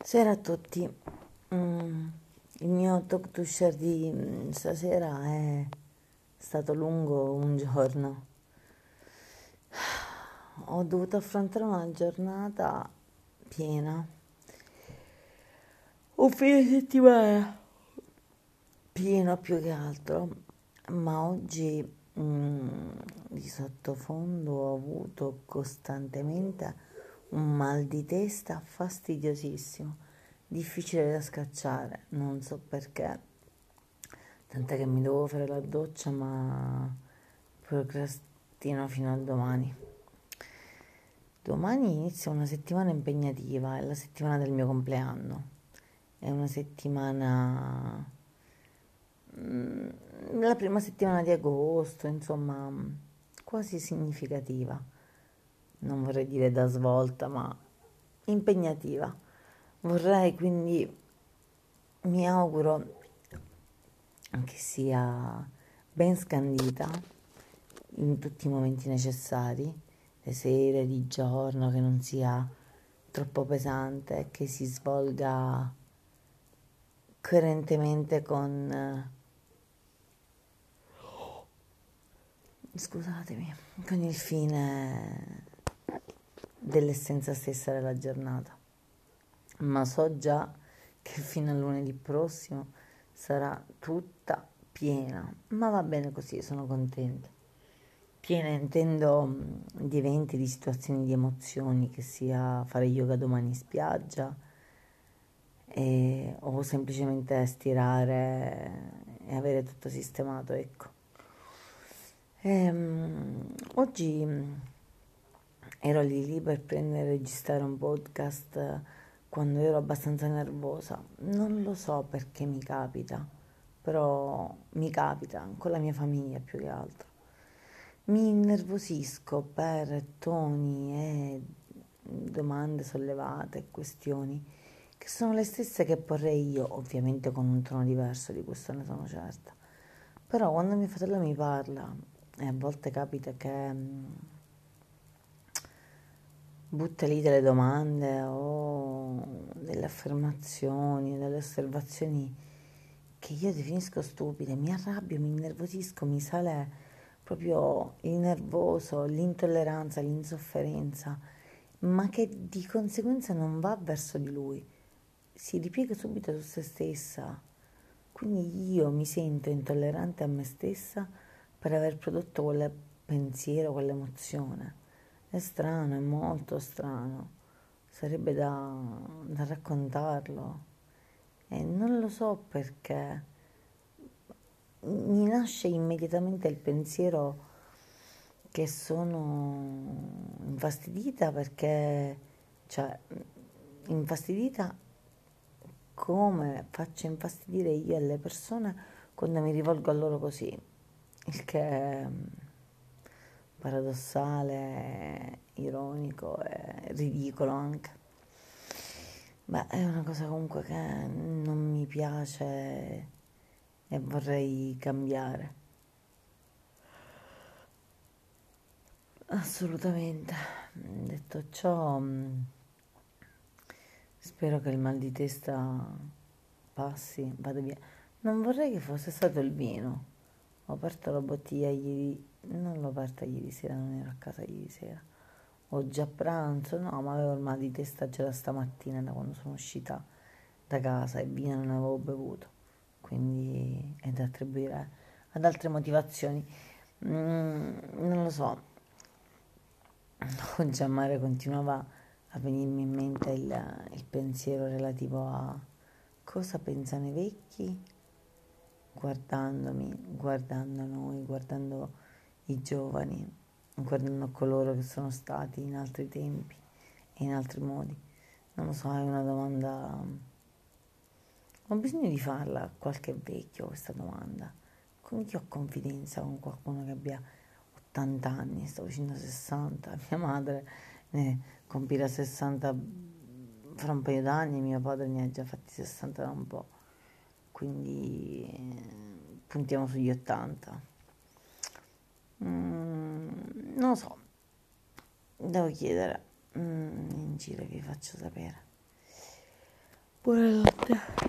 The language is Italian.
Buonasera a tutti. Il mio talk to share di stasera è stato lungo un giorno. Ho dovuto affrontare una giornata piena, un fine settimana pieno più che altro, ma oggi di sottofondo ho avuto costantemente un mal di testa fastidiosissimo, difficile da scacciare, non so perché, tant'è che mi devo fare la doccia, ma procrastino fino a domani. Domani inizia una settimana impegnativa, è la settimana del mio compleanno, è una settimana, la prima settimana di agosto, insomma, quasi significativa. Non vorrei dire da svolta, ma impegnativa. Vorrei quindi, mi auguro che sia ben scandita in tutti i momenti necessari, le sere, di giorno, che non sia troppo pesante, che si svolga coerentemente scusatemi, con il fine dell'essenza stessa della giornata. Ma so già che fino a lunedì prossimo sarà tutta piena, ma va bene così, sono contenta. Piena intendo di eventi, di situazioni, di emozioni, che sia fare yoga domani in spiaggia o semplicemente stirare e avere tutto sistemato, ecco. Oggi ero lì per prendere e registrare un podcast quando ero abbastanza nervosa. Non lo so perché mi capita, però mi capita con la mia famiglia più che altro. Mi innervosisco per toni e domande sollevate, questioni che sono le stesse che porrei io, ovviamente con un tono diverso, di questo ne sono certa. Però quando mio fratello mi parla, e a volte capita che butta lì delle domande o delle affermazioni, delle osservazioni che io definisco stupide, mi arrabbio, mi innervosisco, mi sale proprio il nervoso, l'intolleranza, l'insofferenza, ma che di conseguenza non va verso di lui, si ripiega subito su se stessa. Quindi io mi sento intollerante a me stessa per aver prodotto quel pensiero, quell'emozione. È strano, è molto strano. Sarebbe da raccontarlo. E non lo so perché. Mi nasce immediatamente il pensiero che sono infastidita perché, cioè, infastidita come faccio infastidire io alle persone quando mi rivolgo a loro così, il che è paradossale, ironico e ridicolo anche. Beh, è una cosa comunque che non mi piace e vorrei cambiare. Assolutamente. Detto ciò, spero che il mal di testa passi, vada via. Non vorrei che fosse stato il vino. Ho aperto la bottiglia ieri, non l'ho aperta ieri sera, non ero a casa ieri sera. Oggi a pranzo, no, ma avevo il mal di testa già da stamattina, da quando sono uscita da casa e vino non avevo bevuto. Quindi è da attribuire ad altre motivazioni. Non lo so. Oggi a mare continuava a venirmi in mente il pensiero relativo a cosa pensano i vecchi guardandomi, guardando noi, guardando i giovani, guardando coloro che sono stati in altri tempi e in altri modi. Non lo so, è una domanda. Ho bisogno di farla a qualche vecchio questa domanda. Con chi ho confidenza? Con qualcuno che abbia 80 anni, sto facendo 60, mia madre ne compirà 60 fra un paio d'anni, mio padre ne ha già fatti 60 da un po', quindi puntiamo sugli 80. Non lo so, devo chiedere in giro e vi faccio sapere. Buonanotte.